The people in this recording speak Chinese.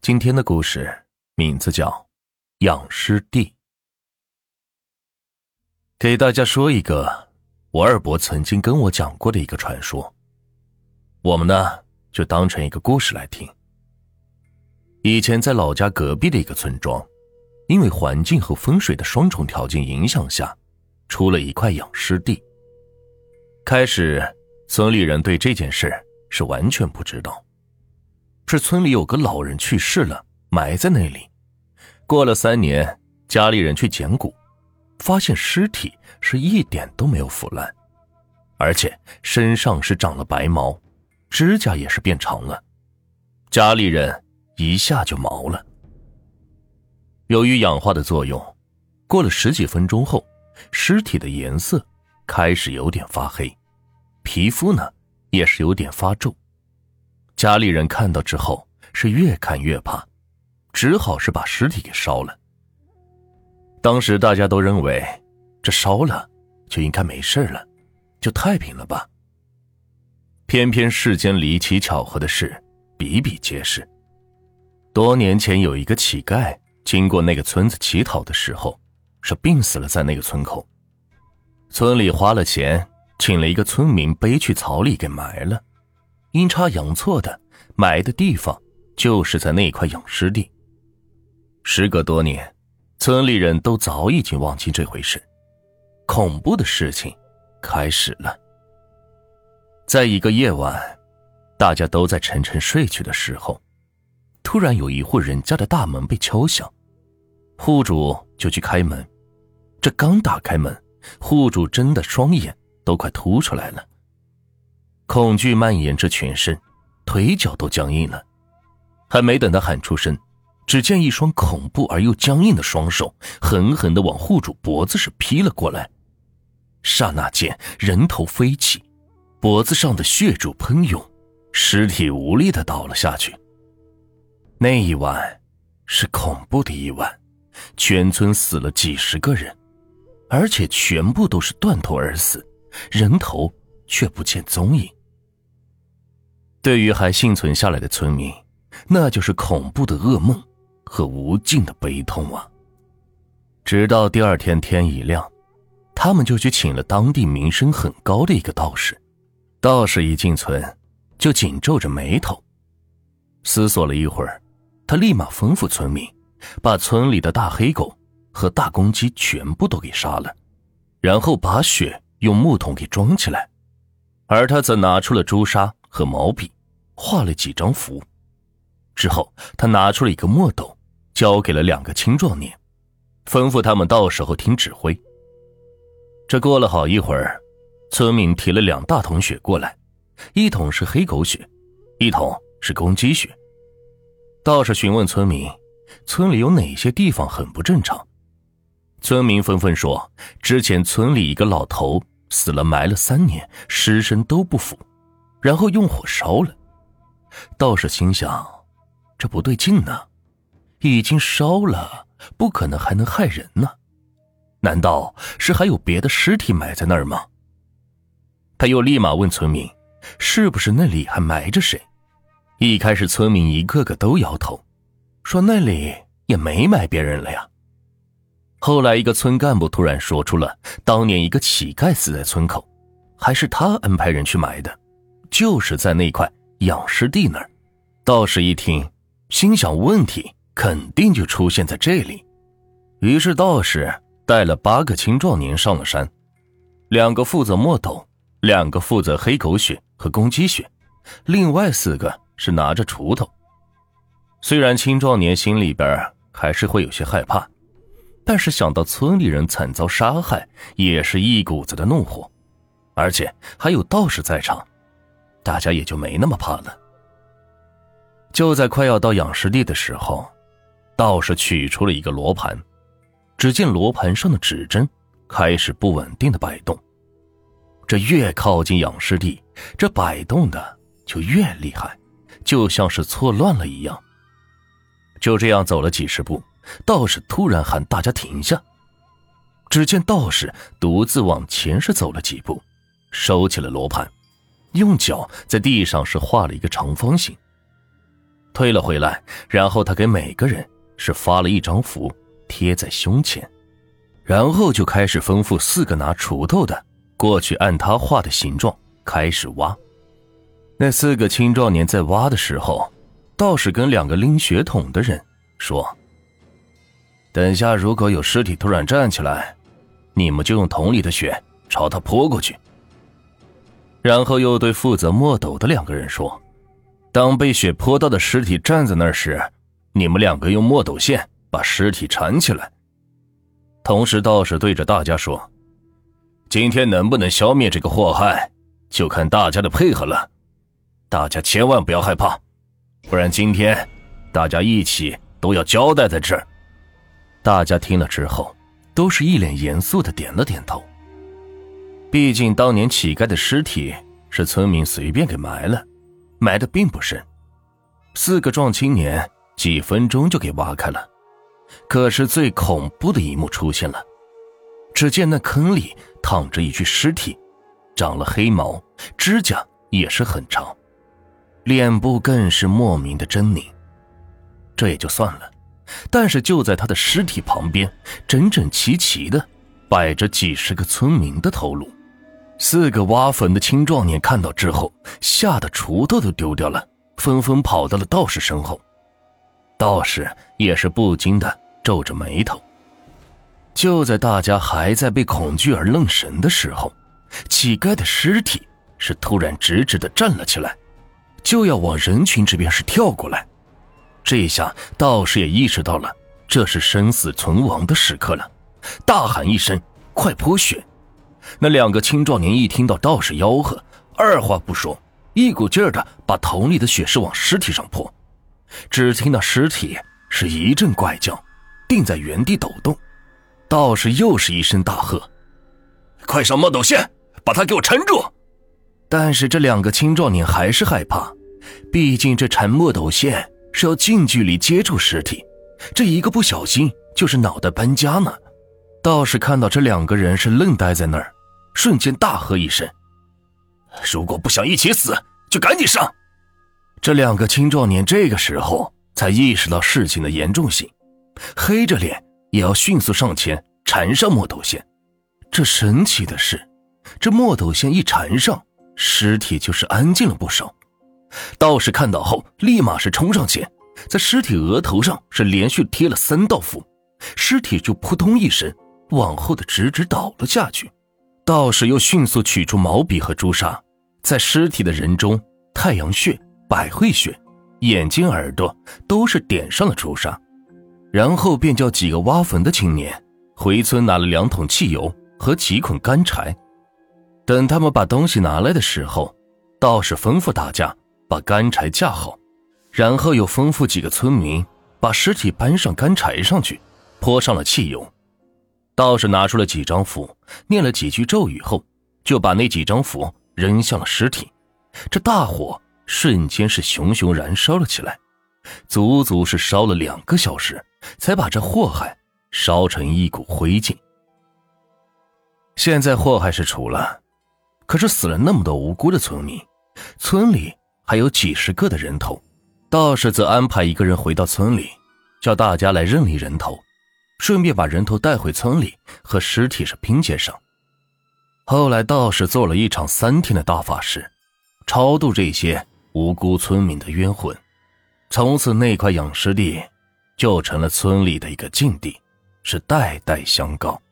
今天的故事名字叫养尸地。给大家说一个我二伯曾经跟我讲过的一个传说，我们呢就当成一个故事来听。以前在老家隔壁的一个村庄，因为环境和风水的双重条件影响下，出了一块养尸地。开始村里人对这件事是完全不知道，是村里有个老人去世了，埋在那里。过了3年，家里人去捡骨，发现尸体是一点都没有腐烂，而且身上是长了白毛，指甲也是变长了。家里人一下就毛了。由于氧化的作用，过了10几分钟后，尸体的颜色开始有点发黑，皮肤呢也是有点发皱。家里人看到之后是越看越怕，只好是把尸体给烧了。当时大家都认为这烧了就应该没事了，就太平了吧。偏偏世间离奇巧合的事比比皆是。多年前有一个乞丐经过那个村子乞讨的时候，是病死了在那个村口。村里花了钱请了一个村民背去草里给埋了，阴差阳错的埋的地方就是在那块养尸地。时隔多年，村里人都早已经忘记这回事。恐怖的事情开始了。在一个夜晚，大家都在沉沉睡去的时候，突然有一户人家的大门被敲响，户主就去开门。这刚打开门，户主真的双眼都快凸出来了，恐惧蔓延至全身，腿脚都僵硬了。还没等他喊出声，只见一双恐怖而又僵硬的双手狠狠地往户主脖子是劈了过来。刹那间，人头飞起，脖子上的血柱喷涌，尸体无力地倒了下去。那一晚是恐怖的一晚，全村死了几十个人，而且全部都是断头而死，人头却不见踪影。对于还幸存下来的村民，那就是恐怖的噩梦和无尽的悲痛啊。直到第二天天一亮，他们就去请了当地名声很高的一个道士。道士一进村就紧皱着眉头，思索了一会儿，他立马吩咐村民把村里的大黑狗和大公鸡全部都给杀了，然后把血用木桶给装起来，而他则拿出了朱砂和毛笔，画了几张符。之后他拿出了一个墨斗，交给了2个青壮年，吩咐他们到时候听指挥。这过了好一会儿，村民提了2大桶血过来，一桶是黑狗血，一桶是公鸡血。道士询问村民，村里有哪些地方很不正常。村民纷纷说，之前村里一个老头死了埋了3年，尸身都不腐，然后用火烧了。道士心想，这不对劲呢，已经烧了，不可能还能害人呢，难道是还有别的尸体埋在那儿吗？他又立马问村民，是不是那里还埋着谁？一开始村民一个个都摇头，说那里也没埋别人了呀。后来一个村干部突然说出了当年一个乞丐死在村口，还是他安排人去埋的，就是在那块养尸地那儿。道士一听，心想问题肯定就出现在这里。于是道士带了8个青壮年上了山，2个负责墨斗，2个负责黑狗血和公鸡血，另外4个是拿着锄头。虽然青壮年心里边还是会有些害怕，但是想到村里人惨遭杀害，也是一股子的怒火，而且还有道士在场，大家也就没那么怕了。就在快要到养尸地的时候，道士取出了一个罗盘，只见罗盘上的指针开始不稳定的摆动，这越靠近养尸地，这摆动的就越厉害，就像是错乱了一样。就这样走了几十步，道士突然喊大家停下。只见道士独自往前是走了几步，收起了罗盘，用脚在地上是画了一个长方形。 退了回来，然后他给每个人是发了一张符贴在胸前，然后就开始吩咐4个拿锄头的过去按他画的形状开始挖。那4个青壮年在挖的时候，道士跟2个拎血桶的人说，等下如果有尸体突然站起来，你们就用桶里的血朝他泼过去。然后又对负责墨斗的2个人说，当被血泼到的尸体站在那儿时，你们2个用墨斗线把尸体缠起来。同时道士对着大家说，今天能不能消灭这个祸害，就看大家的配合了。大家千万不要害怕，不然今天大家一起都要交代在这儿。大家听了之后都是一脸严肃地点了点头。毕竟当年乞丐的尸体是村民随便给埋了，埋得并不深，4个壮青年几分钟就给挖开了。可是最恐怖的一幕出现了，只见那坑里躺着一具尸体，长了黑毛，指甲也是很长，脸部更是莫名的狰狞。这也就算了，但是就在他的尸体旁边整整齐齐的摆着几10个村民的头颅。4个挖坟的青壮年看到之后，吓得锄头都丢掉了，纷纷跑到了道士身后。道士也是不禁的皱着眉头。就在大家还在被恐惧而愣神的时候，乞丐的尸体是突然直直的站了起来，就要往人群这边是跳过来。这下道士也意识到了这是生死存亡的时刻了，大喊一声，快泼血。那2个青壮年一听到道士吆喝，二话不说，一股劲儿的把桶里的血是往尸体上泼。只听那尸体是一阵怪叫，定在原地抖动。道士又是一声大喝，快上墨斗线，把他给我缠住。但是这2个青壮年还是害怕，毕竟这缠墨斗线是要近距离接触尸体，这一个不小心就是脑袋搬家呢。道士看到这2个人是愣呆在那儿，瞬间大喝一声，如果不想一起死，就赶紧上。这2个青壮年这个时候才意识到事情的严重性，黑着脸也要迅速上前缠上墨斗线。这神奇的是，这墨斗线一缠上，尸体就是安静了不少。道士看到后立马是冲上前，在尸体额头上是连续贴了3道符，尸体就扑通一声往后的直直倒了下去。道士又迅速取出毛笔和朱砂，在尸体的人中太阳穴、百会穴、眼睛、耳朵都是点上了朱砂，然后便叫几个挖坟的青年回村拿了2桶汽油和几捆干柴。等他们把东西拿来的时候，道士吩咐大家把干柴架好，然后又吩咐几个村民把尸体搬上干柴上去，泼上了汽油。道士拿出了几张符，念了几句咒语后，就把那几张符扔向了尸体。这大火瞬间是熊熊燃烧了起来，足足是烧了2个小时，才把这祸害烧成一股灰烬。现在祸害是除了，可是死了那么多无辜的村民，村里还有几10个的人头。道士则安排1个人回到村里，叫大家来认领人头，顺便把人头带回村里和尸体是拼接上。后来道士做了一场3天的大法事，超度这些无辜村民的冤魂。从此那块养尸地就成了村里的一个禁地，是代代相告。